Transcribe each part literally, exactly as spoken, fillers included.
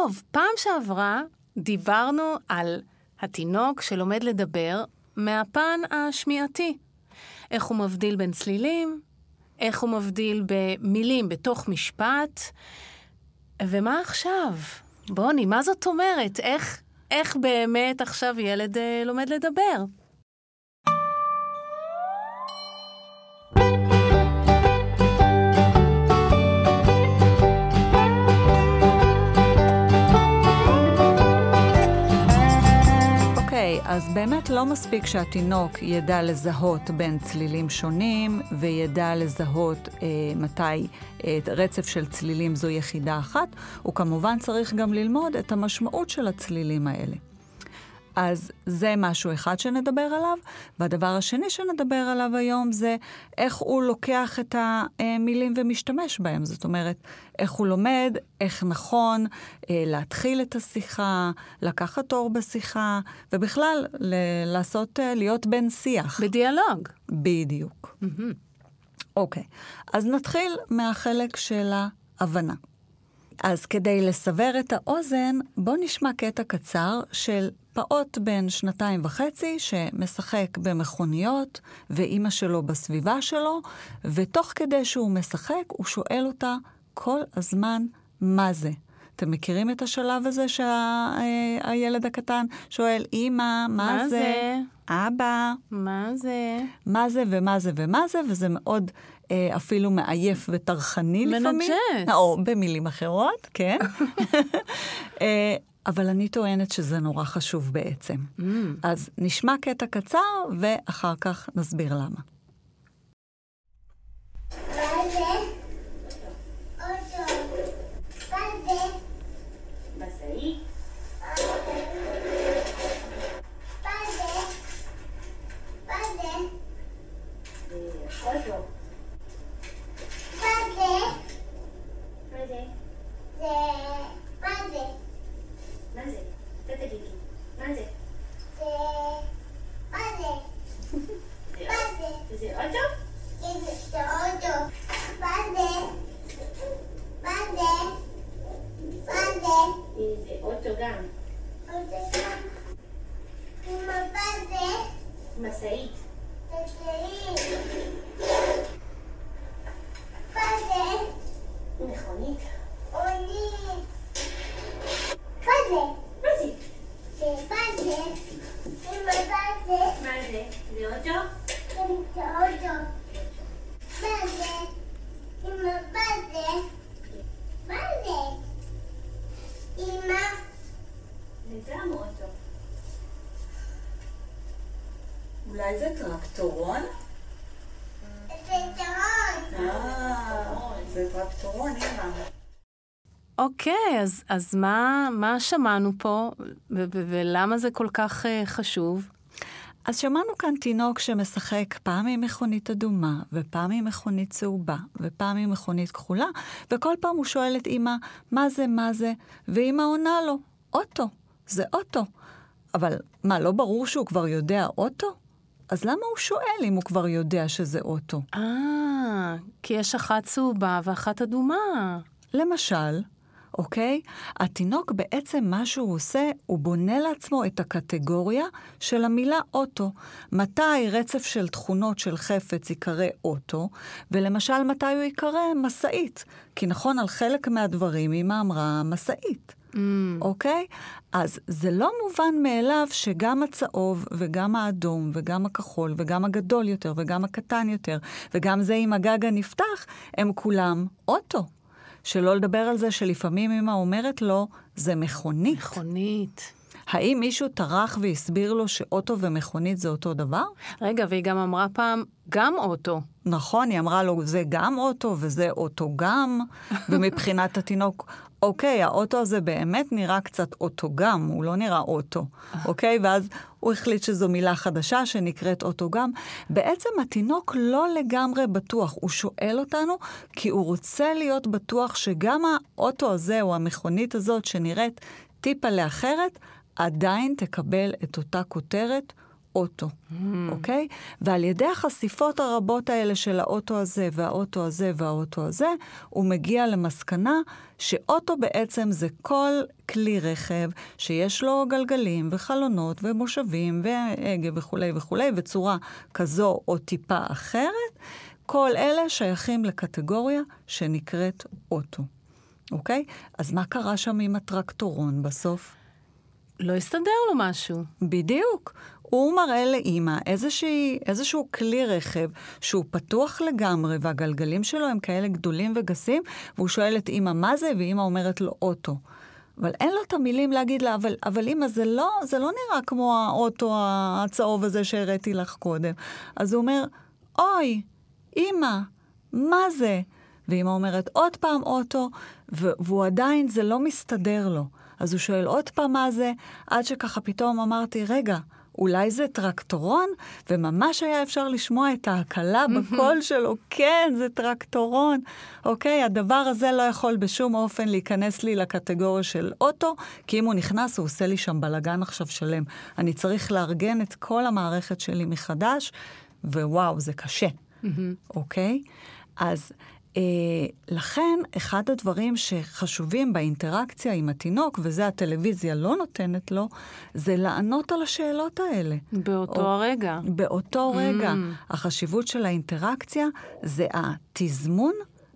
טוב, פעם שעברה דיברנו על התינוק שלומד לדבר מהפן השמיעתי. איך הוא מבדיל בין צלילים, איך הוא מבדיל במילים בתוך משפט, ומה עכשיו? בוני, מה זאת אומרת? איך, איך באמת עכשיו ילד אה, לומד לדבר? אז באמת לא מספיק שהתינוק ידע לזהות בין צלילים שונים, וידע לזהות אה, מתי אה, רצף של צלילים זו יחידה אחת, הוא כמובן צריך גם ללמוד את המשמעות של הצלילים האלה. אז זה משהו אחד שנדבר עליו, והדבר השני שנדבר עליו היום זה איך הוא לוקח את המילים ומשתמש בהם. זאת אומרת, איך הוא לומד, איך נכון להתחיל את השיחה, לקחת אור בשיחה, ובכלל לעשות, להיות בן שיח. בדיאלוג. בדיוק. אוקיי, אז נתחיל מהחלק של ההבנה. אז כדי לסבר את האוזן, בוא נשמע קטע קצר של פעוט בן שנתיים וחצי שמשחק במכוניות ואימא שלו בסביבה שלו, ותוך כדי שהוא משחק הוא שואל אותה כל הזמן מה זה. אתם מכירים את השלב הזה שהילד הקטן שואל אימא, מה, מה זה? זה? אבא. מה זה? מה זה ומה זה ומה זה, וזה מאוד אה, אפילו מעייף ותרחני לפעמים. מנג'ס. או במילים אחרות, כן. אה, אבל אני טוענת שזה נורא חשוב בעצם. Mm. אז נשמע קטע קצר, ואחר כך נסביר למה. מה זה? אוטו. מה זה? משאית. מה זה? מה זה? אוטו. מה זה? מה זה? זה... מה זה? מה זה? אתה תגיד לי. מה זה? זה... מה זה? מה זה? זה אוטו? כן, זה אוטו. מה זה? מה זה? מה זה? זה אוטו גם. אוטו גם. מה זה? משאית. משאית. מה זה? מכונית. מכונית. מה זה? מה זה? זה מה זה? אמא, מה זה? מה זה? זה אוטו? כן, זה אוטו. מה זה? אמא, מה זה? מה זה? אמא? זה גם אוטו. אולי זה טרקטורון? זה טרקטורון. אה, זה טרקטורון, אמא. אוקיי, אז, אז מה, מה שמענו פה, ו- ו- ולמה זה כל כך uh, חשוב? אז שמענו כאן תינוק שמשחק פעם עם מכונית אדומה, ופעם עם מכונית צהובה, ופעם עם מכונית כחולה, וכל פעם הוא שואל את אמא, מה זה, מה זה? ואמא עונה לו, אוטו, זה אוטו. אבל מה, לא ברור שהוא כבר יודע אוטו? אז למה הוא שואל אם הוא כבר יודע שזה אוטו? אה, כי יש אחת צהובה ואחת אדומה. למשל, אוקיי? התינוק בעצם מה שהוא עושה, הוא בונה לעצמו את הקטגוריה של המילה אוטו. מתי רצף של תכונות של חפץ יקרא אוטו, ולמשל מתי הוא יקרא מסעית. כי נכון, על חלק מהדברים אמא אמרה מסעית. Mm. אוקיי? אז זה לא מובן מאליו שגם הצהוב וגם האדום וגם הכחול וגם הגדול יותר וגם הקטן יותר וגם זה עם הגג הנפתח, הם כולם אוטו. שלא לדבר על זה שלפעמים אמא אומרת לו, זה מכונית. מכונית. האם מישהו טרח והסביר לו שאוטו ומכונית זה אותו דבר? רגע, והיא גם אמרה פעם, גם אוטו. נכון, היא אמרה לו, זה גם אוטו וזה אוטו גם, ומבחינת התינוק, אוקיי, האוטו הזה באמת נראה קצת אוטו גם, הוא לא נראה אוטו, אוקיי? ואז הוא החליט שזו מילה חדשה שנקראת אוטו גם. בעצם התינוק לא לגמרי בטוח, הוא שואל אותנו, כי הוא רוצה להיות בטוח שגם האוטו הזה או המכונית הזאת שנראית טיפה לאחרת, עדיין תקבל את אותה כותרת אוטו, אוקיי? ועל ידי החשיפות הרבות האלה של האוטו הזה והאוטו הזה והאוטו הזה, הוא מגיע למסקנה שאוטו בעצם זה כל כלי רכב שיש לו גלגלים וחלונות ומושבים והגה וכו' וכו', וצורה כזו או טיפה אחרת, כל אלה שייכים לקטגוריה שנקראת אוטו. אוקיי? אז מה קרה שם עם הטרקטורון בסוף? לא הסתדר לו משהו. בדיוק. הוא מראה לאמא איזושהי, איזשהו כלי רכב שהוא פתוח לגמרי, והגלגלים שלו הם כאלה גדולים וגסים, והוא שואל את אמא מה זה, ואמא אומרת לו אוטו. אבל אין לו את המילים להגיד לה, אבל, אבל אמא, זה לא, זה לא נראה כמו האוטו הצהוב הזה שהראיתי לך קודם. אז הוא אומר, אוי, אמא, מה זה? ואמא אומרת, עוד פעם אוטו, והוא עדיין, זה לא מסתדר לו. אז הוא שואל עוד פעם מה זה, עד שככה פתאום אמרתי, רגע, אולי זה טרקטורון? וממש היה אפשר לשמוע את ההקלה בקול שלו, כן, זה טרקטורון. אוקיי, הדבר הזה לא יכול בשום אופן להיכנס לי לקטגוריה של אוטו, כי אם הוא נכנס, הוא עושה לי שם בלגן עכשיו שלם. אני צריך לארגן את כל המערכת שלי מחדש, ווואו, זה קשה. אוקיי? אז אה, לכן, אחד הדברים שחשובים באינטראקציה עם התינוק, וזה הטלוויזיה לא נותנת לו, זה לענות על השאלות האלה. באותו או, הרגע. באותו mm. רגע. החשיבות של האינטראקציה זה התזמון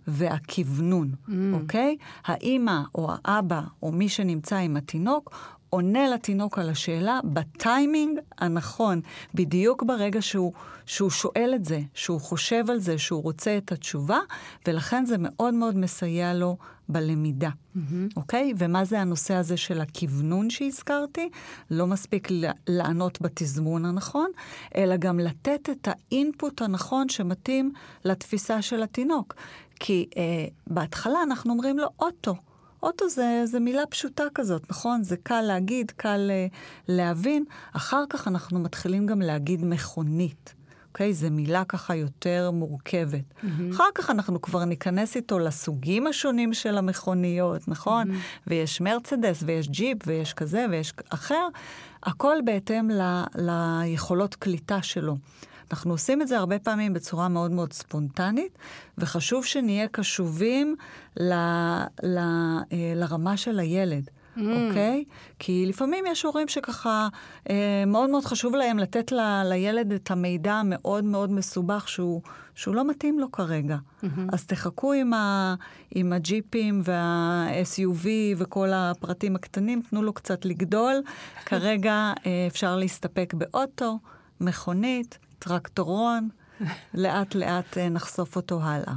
והכוונון, mm. אוקיי? האמא או האבא או מי שנמצא עם התינוק, עונה לתינוק על השאלה בטיימינג הנכון, בדיוק ברגע שהוא, שהוא שואל את זה, שהוא חושב על זה, שהוא רוצה את התשובה, ולכן זה מאוד מאוד מסייע לו בלמידה. Mm-hmm. אוקיי? ומה זה הנושא הזה של הכוונון שהזכרתי? לא מספיק לענות בתזמון הנכון, אלא גם לתת את האינפוט הנכון שמתאים לתפיסה של התינוק. כי אה, בהתחלה אנחנו אומרים לו אוטו. אוטו זה, זה מילה פשוטה כזאת, נכון? זה קל להגיד, קל uh, להבין. אחר כך אנחנו מתחילים גם להגיד מכונית. אוקיי? זה מילה ככה יותר מורכבת. Mm-hmm. אחר כך אנחנו כבר ניכנס איתו לסוגים השונים של המכוניות, נכון? Mm-hmm. ויש מרצדס, ויש ג'יפ, ויש כזה, ויש אחר. הכל בהתאם ל, ליכולות קליטה שלו. אנחנו עושים את זה הרבה פעמים בצורה מאוד מאוד ספונטנית, וחשוב שנהיה קשובים ל, ל, לרמה של הילד, mm. אוקיי? כי לפעמים יש הורים שככה מאוד מאוד חשוב להם לתת ל, לילד את המידע המאוד מאוד מסובך שהוא, שהוא לא מתאים לו כרגע. Mm-hmm. אז תחכו עם, ה, עם הג'יפים וה-אס יו וי וכל הפרטים הקטנים, תנו לו קצת לגדול. כרגע אפשר להסתפק באוטו, מכונית, טרקטורון, לאט לאט נחשוף אותו הלאה.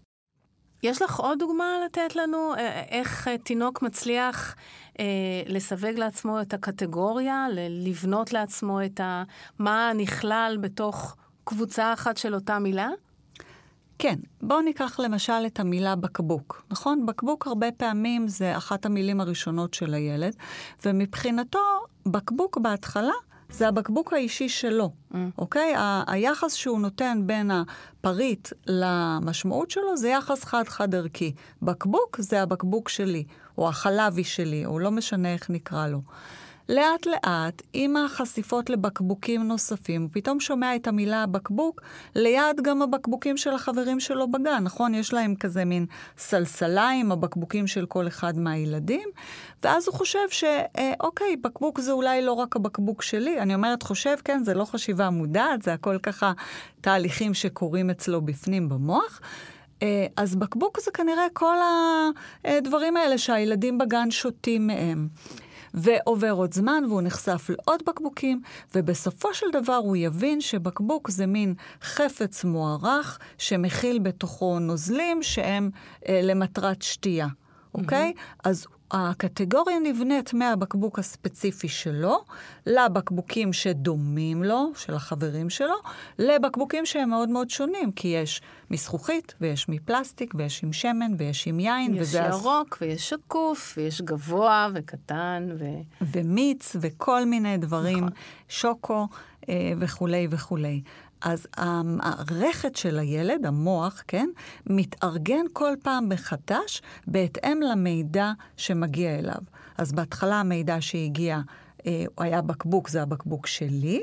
יש לך עוד דוגמה לתת לנו איך תינוק מצליח אה, לסווג לעצמו את הקטגוריה, לבנות לעצמו את ה, מה נכלל בתוך קבוצה אחת של אותה מילה? כן, בואו ניקח למשל את המילה בקבוק, נכון? בקבוק הרבה פעמים זה אחת המילים הראשונות של הילד, ומבחינתו בקבוק בהתחלה זה הבקבוק האישי שלו, mm. אוקיי? ה- היחס שהוא נותן בין הפריט למשמעות שלו זה יחס חד-חד ערכי. בקבוק זה הבקבוק שלי, או החלבי שלי, או לא משנה איך נקרא לו. לאט לאט, עם החשיפות לבקבוקים נוספים, הוא פתאום שומע את המילה בקבוק, ליד גם הבקבוקים של החברים שלו בגן, נכון? יש להם כזה מין סלסליים, הבקבוקים של כל אחד מהילדים, ואז הוא חושב שאוקיי, בקבוק זה אולי לא רק הבקבוק שלי, אני אומרת חושב, כן, זה לא חשיבה מודעת, זה הכל ככה תהליכים שקורים אצלו בפנים במוח, אז בקבוק זה כנראה כל הדברים האלה שהילדים בגן שותים מהם. ועובר עוד זמן, והוא נחשף לעוד בקבוקים, ובסופו של דבר הוא יבין שבקבוק זה מין חפץ מוערך, שמכיל בתוכו נוזלים שהם אה, למטרת שתייה. אוקיי? Mm-hmm. אז הקטגוריה נבנית מהבקבוק הספציפי שלו, לבקבוקים שדומים לו, של החברים שלו, לבקבוקים שהם מאוד מאוד שונים, כי יש מזכוכית, ויש מפלסטיק, ויש עם שמן, ויש עם יין. יש ירוק, הס... ויש שקוף, ויש גבוה וקטן. ו... ומיץ, וכל מיני דברים, נכון. שוקו אה, וכולי וכולי. אז הרחת של הילד, המוח, כן, מתארגן כל פעם מחדש בהתאם למידע שמגיע אליו. אז בהתחלה המידע שהגיע, אה, היה בקבוק, זה הבקבוק שלי,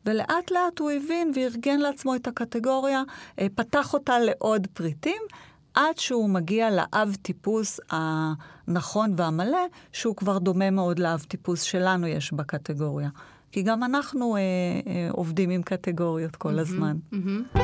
ולאט לאט הוא הבין וארגן לעצמו את הקטגוריה, פתח אותה לעוד פריטים, עד שהוא מגיע לאב טיפוס הנכון והמלא, שהוא כבר דומה מאוד לאב טיפוס שלנו יש בקטגוריה. כי גם אנחנו אה, אה, עובדים עם קטגוריות כל mm-hmm, הזמן. Mm-hmm.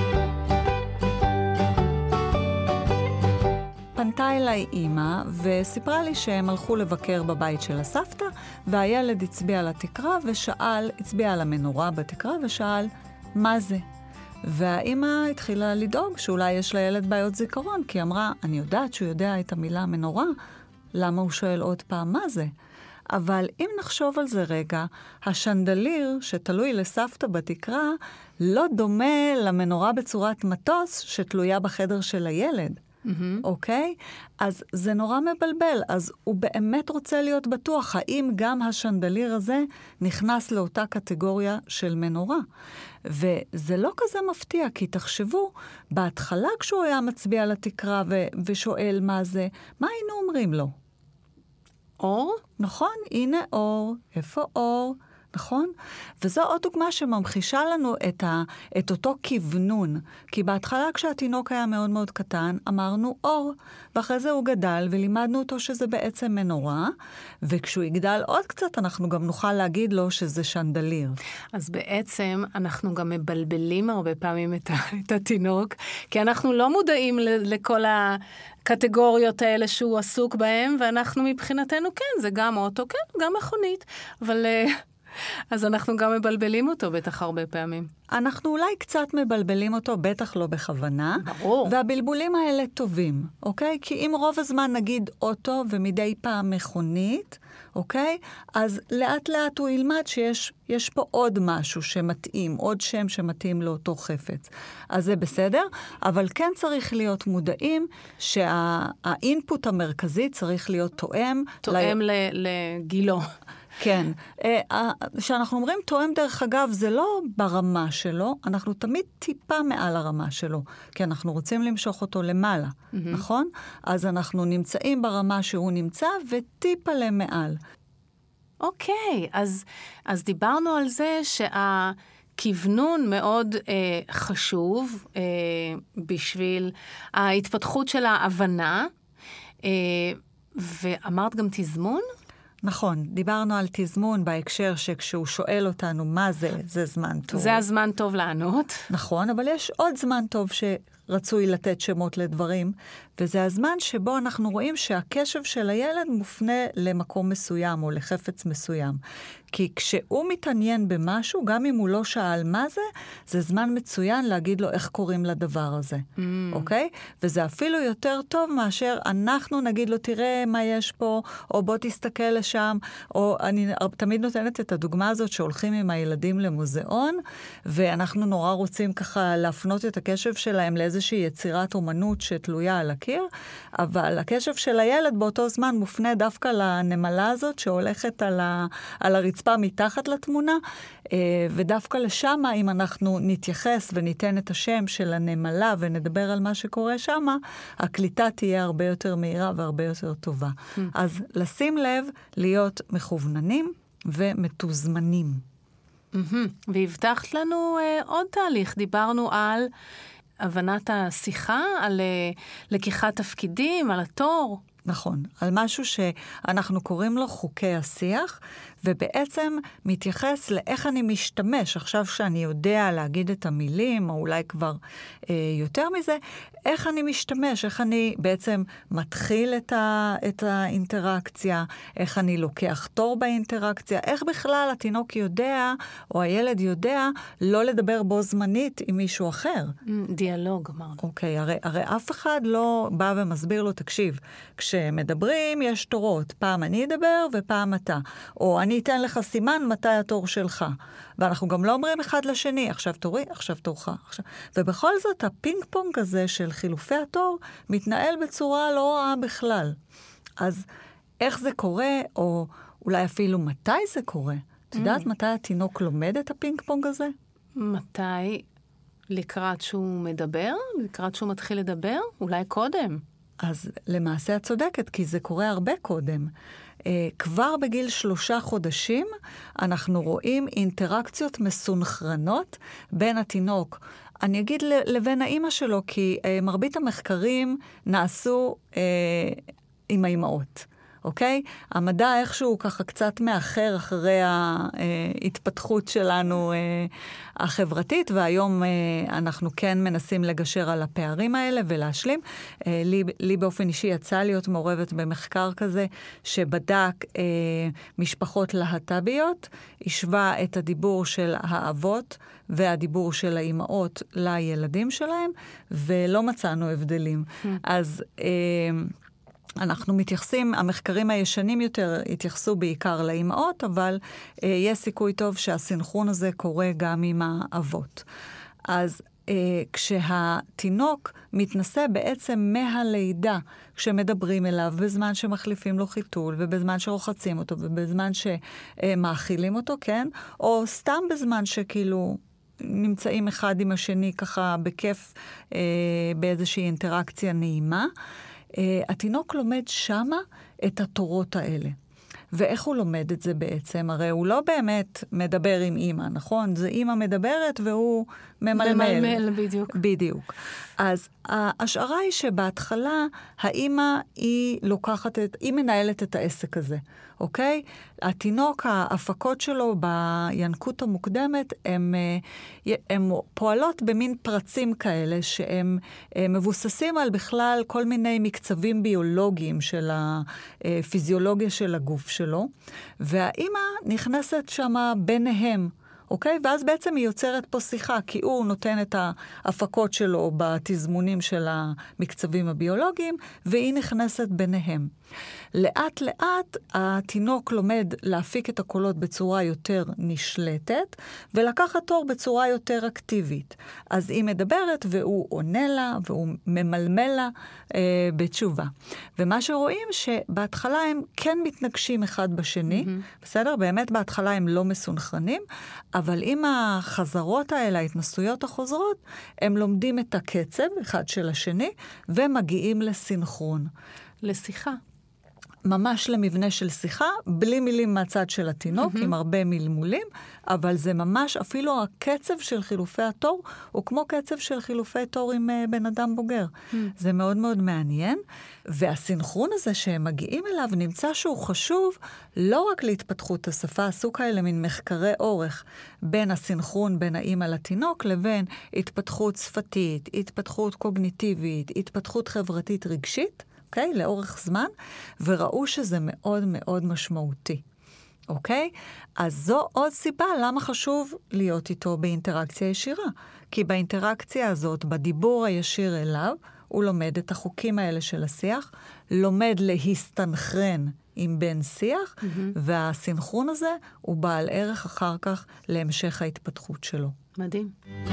פנתה אליי אימא וסיפרה לי שהם הלכו לבקר בבית של הסבתא, והילד הצביע על התקרה ושאל, הצביע על המנורה בתקרה ושאל, מה זה? והאימא התחילה לדאוג שאולי יש לילד בעיות זיכרון, כי אמרה, אני יודעת שהוא יודע את המילה מנורה, למה הוא שואל עוד פעם מה זה? אבל אם נחשוב על זה רגע, השנדליר שתלוי לסבתא בתקרה, לא דומה למנורה בצורת מטוס שתלויה בחדר של הילד. אוקיי? אז זה נורא מבלבל. אז הוא באמת רוצה להיות בטוח, האם גם השנדליר הזה נכנס לאותה קטגוריה של מנורה. וזה לא כזה מפתיע, כי תחשבו, בהתחלה כשהוא היה מצביע על התקרה ו- ושואל מה זה, מה היינו אומרים לו? אור? נכון, הנה אור. איפה אור? נכון? וזו עוד דוגמה שממחישה לנו את, ה, את אותו כיוונון. כי בהתחלה כשהתינוק היה מאוד מאוד קטן, אמרנו אור, ואחרי זה הוא גדל ולימדנו אותו שזה בעצם מנורה, וכשהוא יגדל עוד קצת אנחנו גם נוכל להגיד לו שזה שנדליר. אז בעצם אנחנו גם מבלבלים הרבה פעמים את, ה, את התינוק, כי אנחנו לא מודעים ל, לכל הקטגוריות האלה שהוא עסוק בהם, ואנחנו מבחינתנו כן, זה גם אוטו, כן, גם מכונית, אבל... אז אנחנו גם מבלבלים אותו בטח הרבה פעמים. אנחנו אולי קצת מבלבלים אותו, בטח לא בכוונה. ברור. והבלבולים האלה טובים, אוקיי? כי אם רוב הזמן נגיד אוטו ומדי פעם מכונית, אוקיי? אז לאט לאט הוא ילמד שיש יש פה עוד משהו שמתאים, עוד שם שמתאים לאותו חפץ. אז זה בסדר, אבל כן צריך להיות מודעים שהאינפוט המרכזי צריך להיות תואם. תואם ל... לגילו. כן. כשאנחנו אומרים תואם דרך אגב, זה לא ברמה שלו, אנחנו תמיד טיפה מעל הרמה שלו, כי אנחנו רוצים למשוך אותו למעלה, mm-hmm. נכון? אז אנחנו נמצאים ברמה שהוא נמצא, וטיפה למעל. אוקיי, אז, אז דיברנו על זה שהכיוונון מאוד אה, חשוב אה, בשביל ההתפתחות של ההבנה, אה, ואמרת גם תזמון? נכון, דיברנו על תזמון בהקשר שכשהוא שואל אותנו מה זה, זה זמן טוב. זה הזמן טוב לענות. נכון, אבל יש עוד זמן טוב שרצוי לתת שמות לדברים, וזה הזמן שבו אנחנו רואים שהקשב של הילד מופנה למקום מסוים או לחפץ מסוים. כי כשהוא מתעניין במשהו, גם אם הוא לא שאל מה זה, זה זמן מצוין להגיד לו איך קוראים לדבר הזה. Mm. אוקיי? וזה אפילו יותר טוב מאשר אנחנו נגיד לו, תראה מה יש פה, או בוא תסתכל לשם, או אני תמיד נותנת את הדוגמה הזאת שהולכים עם הילדים למוזיאון, ואנחנו נורא רוצים ככה להפנות את הקשב שלהם לאיזושהי יצירת אומנות שתלויה על הקיר, אבל הקשב של הילד באותו זמן מופנה דווקא לנמלה הזאת שהולכת על, ה, על הרצפה מתחת לתמונה, ודווקא לשם, אם אנחנו נתייחס וניתן את השם של הנמלה ונדבר על מה שקורה שם, הקליטה תהיה הרבה יותר מהירה והרבה יותר טובה. Mm. אז לשים לב, להיות מכווננים ומתוזמנים. Mm-hmm. והבטחת לנו uh, עוד תהליך, דיברנו על הבנת השיחה, על uh, לקיחת תפקידים, על התור. נכון, על משהו שאנחנו קוראים לו חוקי השיח, ובעצם מתייחס לאיך אני משתמש, עכשיו שאני יודע להגיד את המילים, או אולי כבר אה, יותר מזה, איך אני משתמש, איך אני בעצם מתחיל את, ה, את האינטראקציה, איך אני לוקח תור באינטראקציה, איך בכלל התינוק יודע, או הילד יודע, לא לדבר בו זמנית עם מישהו אחר. דיאלוג, אמרנו. אוקיי, הרי, הרי אף אחד לא בא ומסביר לו, תקשיב, כשמדברים יש תורות, פעם אני אדבר ופעם אתה, או אני אתן לך סימן מתי התור שלך. ואנחנו גם לא אומרים אחד לשני, עכשיו תורי, עכשיו תורך. עכשיו. ובכל זאת, הפינג פונג הזה של חילופי התור מתנהל בצורה לא רעה בכלל. אז איך זה קורה, או אולי אפילו מתי זה קורה? את יודעת מתי התינוק לומד את הפינג פונג הזה? מתי? לקראת שהוא מדבר? לקראת שהוא מתחיל לדבר? אולי קודם. אז למעשה את צודקת, כי זה קורה הרבה קודם. כבר בגיל שלושה חודשים אנחנו רואים אינטראקציות מסונכרנות בין התינוק, אני אגיד לבין האמא שלו, כי מרבית המחקרים נעשו עם האמהות. אוקיי? המדע איכשהו ככה קצת מאחר אחרי ההתפתחות שלנו החברתית, והיום אנחנו כן מנסים לגשר על הפערים האלה ולהשלים. לי, לי באופן אישי יצא להיות מעורבת במחקר כזה, שבדק משפחות להט"ביות, השווה את הדיבור של האבות והדיבור של האימהות לילדים שלהם, ולא מצאנו הבדלים. אז אנחנו מתייחסים, המחקרים הישנים יותר התייחסו בעיקר לאמהות, אבל אה, יש סיכוי טוב שהסינכרון הזה קורה גם עם האבות. אז אה, כשהתינוק מתנסה בעצם מהלידה, כשמדברים אליו, בזמן שמחליפים לו חיתול, ובזמן שרוחצים אותו, ובזמן שמאכילים אותו, כן? או סתם בזמן שכאילו נמצאים אחד עם השני ככה בכיף, אה, באיזושהי אינטראקציה נעימה, Uh, התינוק לומד שמה את התורות האלה. ואיך הוא לומד את זה בעצם? הרי הוא לא באמת מדבר עם אמא, נכון? זה אמא מדברת והוא ממלמל. ממלמל, בדיוק. בדיוק. אז ההשערה היא שבהתחלה האמא היא לוקחת את, היא מנהלת את העסק הזה, אוקיי? התינוק, ההפקות שלו בינקות המוקדמת, הם, הם פועלות במין פרצים כאלה, שהם מבוססים על בכלל כל מיני מקצבים ביולוגיים של הפיזיולוגיה של הגוף שלו, והאמא נכנסת שמה ביניהם, אוקיי? ואז בעצם היא יוצרת פה שיחה, כי הוא נותן את ההפקות שלו בתזמונים של המקצבים הביולוגיים, והיא נכנסת ביניהם. לאט לאט התינוק לומד להפיק את הקולות בצורה יותר נשלטת, ולקחת תור בצורה יותר אקטיבית. אז היא מדברת והוא עונה לה, והוא ממלמל לה אה, בתשובה. ומה שרואים שבהתחלה הם כן מתנגשים אחד בשני, mm-hmm. בסדר? באמת בהתחלה הם לא מסונכרנים, אבל עם החזרות האלה, ההתנסויות החוזרות, הם לומדים את הקצב אחד של השני, ומגיעים לסינכרון. לשיחה. ממש למבנה של שיחה, בלי מילים מהצד של התינוק, mm-hmm. עם הרבה מלמולים, אבל זה ממש, אפילו הקצב של חילופי התור, הוא כמו קצב של חילופי תור עם uh, בן אדם בוגר. Mm-hmm. זה מאוד מאוד מעניין, והסינכרון הזה שהם מגיעים אליו, נמצא שהוא חשוב לא רק להתפתחות השפה, עשו כאלה מין מחקרי אורך, בין הסינכרון, בין האמא לתינוק, לבין התפתחות שפתית, התפתחות קוגניטיבית, התפתחות חברתית רגשית, אוקיי? לאורך זמן, וראו שזה מאוד מאוד משמעותי. אוקיי? אז זו עוד סיבה למה חשוב להיות איתו באינטראקציה ישירה. כי באינטראקציה הזאת, בדיבור הישיר אליו, הוא לומד את החוקים האלה של השיח, לומד להסתנכרן עם בן שיח, mm-hmm. והסינכרון הזה הוא בעל ערך אחר כך להמשך ההתפתחות שלו. מדהים.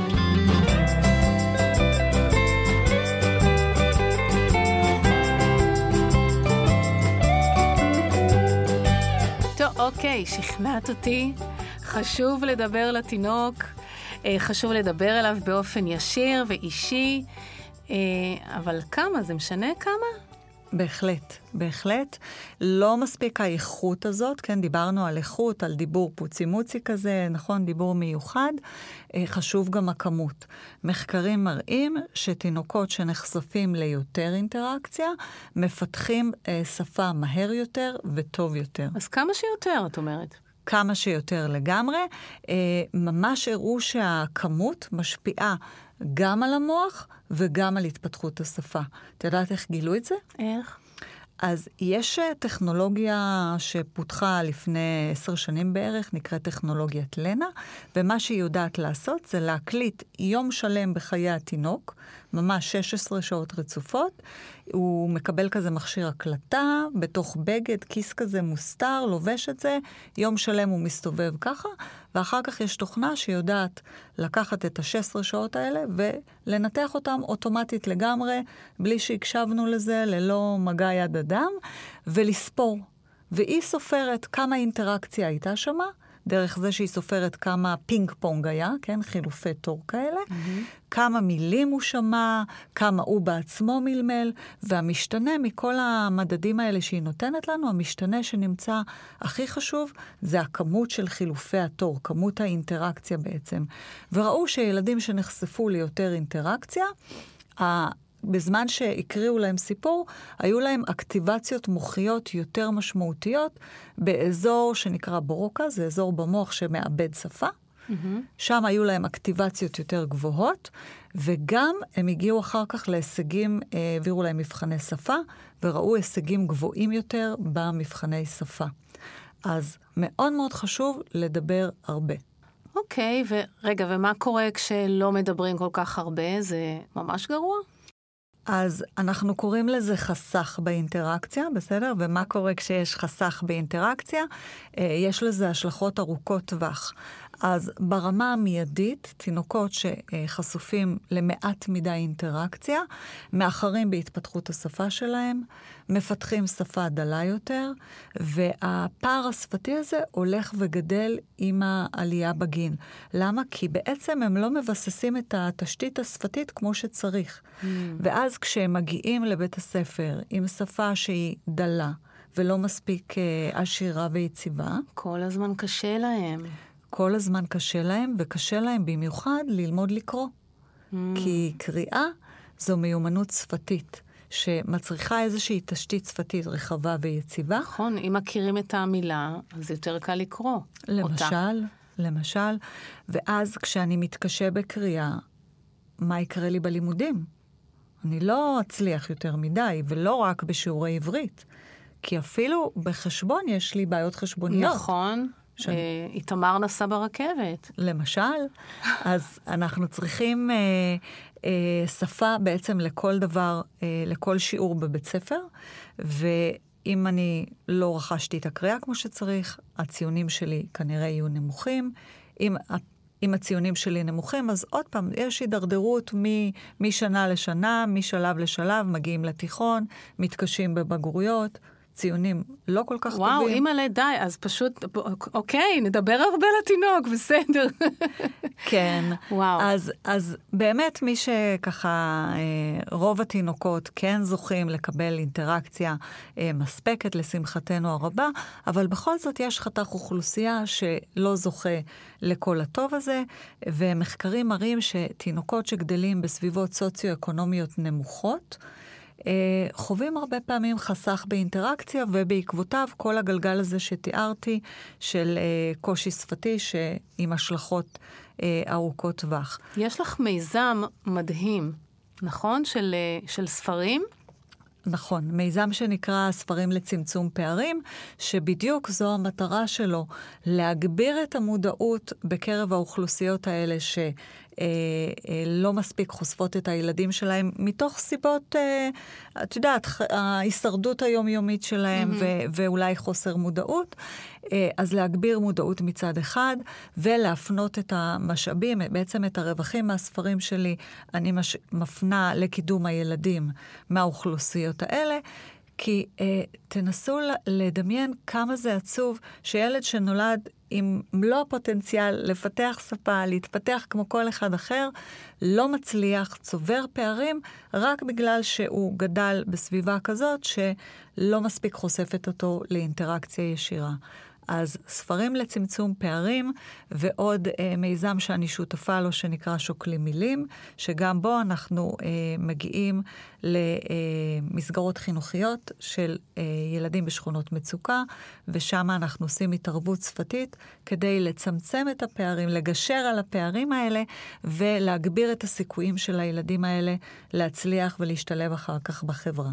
אוקיי, שכנעת אותי, חשוב לדבר לתינוק, חשוב לדבר אליו באופן ישיר ואישי, אבל כמה? זה משנה כמה? בהחלט, בהחלט. לא מספיק האיכות הזאת, כן, דיברנו על איכות, על דיבור פוצי-מוצי כזה, נכון, דיבור מיוחד, חשוב גם הכמות. מחקרים מראים שתינוקות שנחשפים ליותר אינטראקציה, מפתחים אה, שפה מהר יותר וטוב יותר. אז כמה שיותר, את אומרת? כמה שיותר לגמרי. אה, ממש הראו שהכמות משפיעה גם על המוח וגם על התפתחות השפה. את יודעת איך גילו את זה? איך? אז יש טכנולוגיה שפותחה לפני עשר שנים בערך, נקראת טכנולוגיית לנה, ומה שהיא יודעת לעשות זה להקליט יום שלם בחיי התינוק, ממש שש עשרה שעות רצופות, הוא מקבל כזה מכשיר הקלטה, בתוך בגד, כיס כזה מוסתר, לובש את זה, יום שלם הוא מסתובב ככה, ואחר כך יש תוכנה שיודעת לקחת את ה-שש עשרה שעות האלה, ולנתח אותם אוטומטית לגמרי, בלי שהקשבנו לזה, ללא מגע יד אדם, ולספור. והיא סופרת כמה אינטראקציה הייתה שמה, דרך זה שהיא סופרת כמה פינג פונג היה, כן, חילופי תור כאלה, mm-hmm. כמה מילים הוא שמע, כמה הוא בעצמו מלמל, והמשתנה מכל המדדים האלה שהיא נותנת לנו, המשתנה שנמצא הכי חשוב, זה הכמות של חילופי התור, כמות האינטראקציה בעצם. וראו שילדים שנחשפו ליותר אינטראקציה, בזמן שהקריאו להם סיפור, היו להם אקטיבציות מוחיות יותר משמעותיות באזור שנקרא ברוקה, זה אזור במוח שמאבד שפה. Mm-hmm. שם היו להם אקטיבציות יותר גבוהות, וגם הם הגיעו אחר כך להישגים, העבירו להם מבחני שפה, וראו הישגים גבוהים יותר במבחני שפה. אז מאוד מאוד חשוב לדבר הרבה. אוקיי, okay, ורגע, ומה קורה כשלא מדברים כל כך הרבה? זה ממש גרוע? אז אנחנו קוראים לזה חסך באינטראקציה, בסדר? ומה קורה כשיש חסך באינטראקציה? יש לזה השלכות ארוכות טווח. אז ברמה המיידית, תינוקות שחשופים למעט מדי אינטראקציה, מאחרים בהתפתחות השפה שלהם, מפתחים שפה דלה יותר, והפער השפתי הזה הולך וגדל עם העלייה בגין. למה? כי בעצם הם לא מבססים את התשתית השפתית כמו שצריך. Mm. ואז כשהם מגיעים לבית הספר עם שפה שהיא דלה, ולא מספיק עשירה ויציבה, כל הזמן קשה להם. כל הזמן קשה להם, וקשה להם במיוחד ללמוד לקרוא. Mm. כי קריאה זו מיומנות שפתית, שמצריכה איזושהי תשתית שפתית רחבה ויציבה. נכון, אם מכירים את המילה, אז יותר קל לקרוא למשל, אותה. למשל, ואז כשאני מתקשה בקריאה, מה יקרה לי בלימודים? אני לא אצליח יותר מדי, ולא רק בשיעורי עברית, כי אפילו בחשבון יש לי בעיות חשבוניות. נכון. שאני... אה, איתמר נסע ברכבת. למשל, אז אנחנו צריכים אה, אה, שפה בעצם לכל דבר, אה, לכל שיעור בבית ספר, ואם אני לא רכשתי את הקריאה כמו שצריך, הציונים שלי כנראה יהיו נמוכים. אם, אם הציונים שלי נמוכים, אז עוד פעם, יש הידרדרות מ, משנה לשנה, משלב לשלב, מגיעים לתיכון, מתקשים בבגרויות, ציונים לא כל כך וואו, טובים. וואו, אימא די, אז פשוט, אוקיי, נדבר הרבה לתינוק, בסדר. כן. וואו. אז, אז באמת מי שככה, רוב התינוקות כן זוכים לקבל אינטראקציה מספקת לשמחתנו הרבה, אבל בכל זאת יש חתך אוכלוסייה שלא זוכה לכל הטוב הזה, ומחקרים מראים שתינוקות שגדלים בסביבות סוציו-אקונומיות נמוכות, חווים הרבה פעמים חסך באינטראקציה, ובעקבותיו כל הגלגל הזה שתיארתי של קושי שפתי שעם השלכות ארוכות טווח. יש לך מיזם מדהים, נכון? של, של ספרים? נכון, מיזם שנקרא ספרים לצמצום פערים, שבדיוק זו המטרה שלו, להגביר את המודעות בקרב האוכלוסיות האלה ש... אה, אה, לא מספיק חושפות את הילדים שלהם, מתוך סיבות, אה, את יודעת, ההישרדות היומיומית שלהם, mm-hmm. ו- ואולי חוסר מודעות, אה, אז להגביר מודעות מצד אחד, ולהפנות את המשאבים, בעצם את הרווחים מהספרים שלי, אני מש- מפנה לקידום הילדים מהאוכלוסיות האלה, כי אה, תנסו לדמיין כמה זה עצוב שילד שנולד עם מלוא הפוטנציאל לפתח שפה, להתפתח כמו כל אחד אחר, לא מצליח, צובר פערים, רק בגלל שהוא גדל בסביבה כזאת שלא מספיק חושפת אותו לאינטראקציה ישירה. אז ספרים לצמצום פערים, ועוד אה, מיזם שאני שותפה לו שנקרא שוקלים מילים, שגם בו אנחנו אה, מגיעים למסגרות חינוכיות של אה, ילדים בשכונות מצוקה, ושם אנחנו עושים התערבות שפתית כדי לצמצם את הפערים, לגשר על הפערים האלה, ולהגביר את הסיכויים של הילדים האלה להצליח ולהשתלב אחר כך בחברה.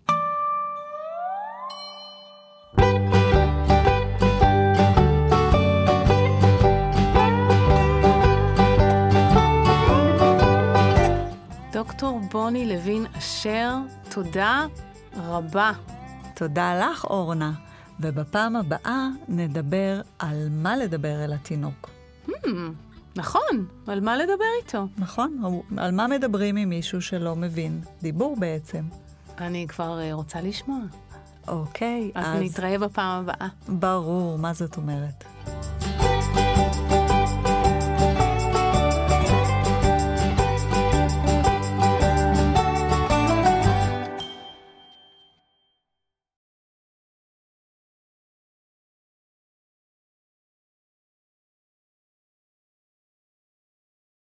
דוקטור בוני לוין אשר, תודה רבה. תודה לך, אורנה. ובפעם הבאה נדבר על מה לדבר אל התינוק. Hmm, נכון, על מה לדבר איתו. נכון, על מה מדברים עם מישהו שלא מבין. דיבור בעצם. אני כבר רוצה לשמוע. אוקיי. אז, אז נתראה בפעם הבאה. ברור, מה זאת אומרת?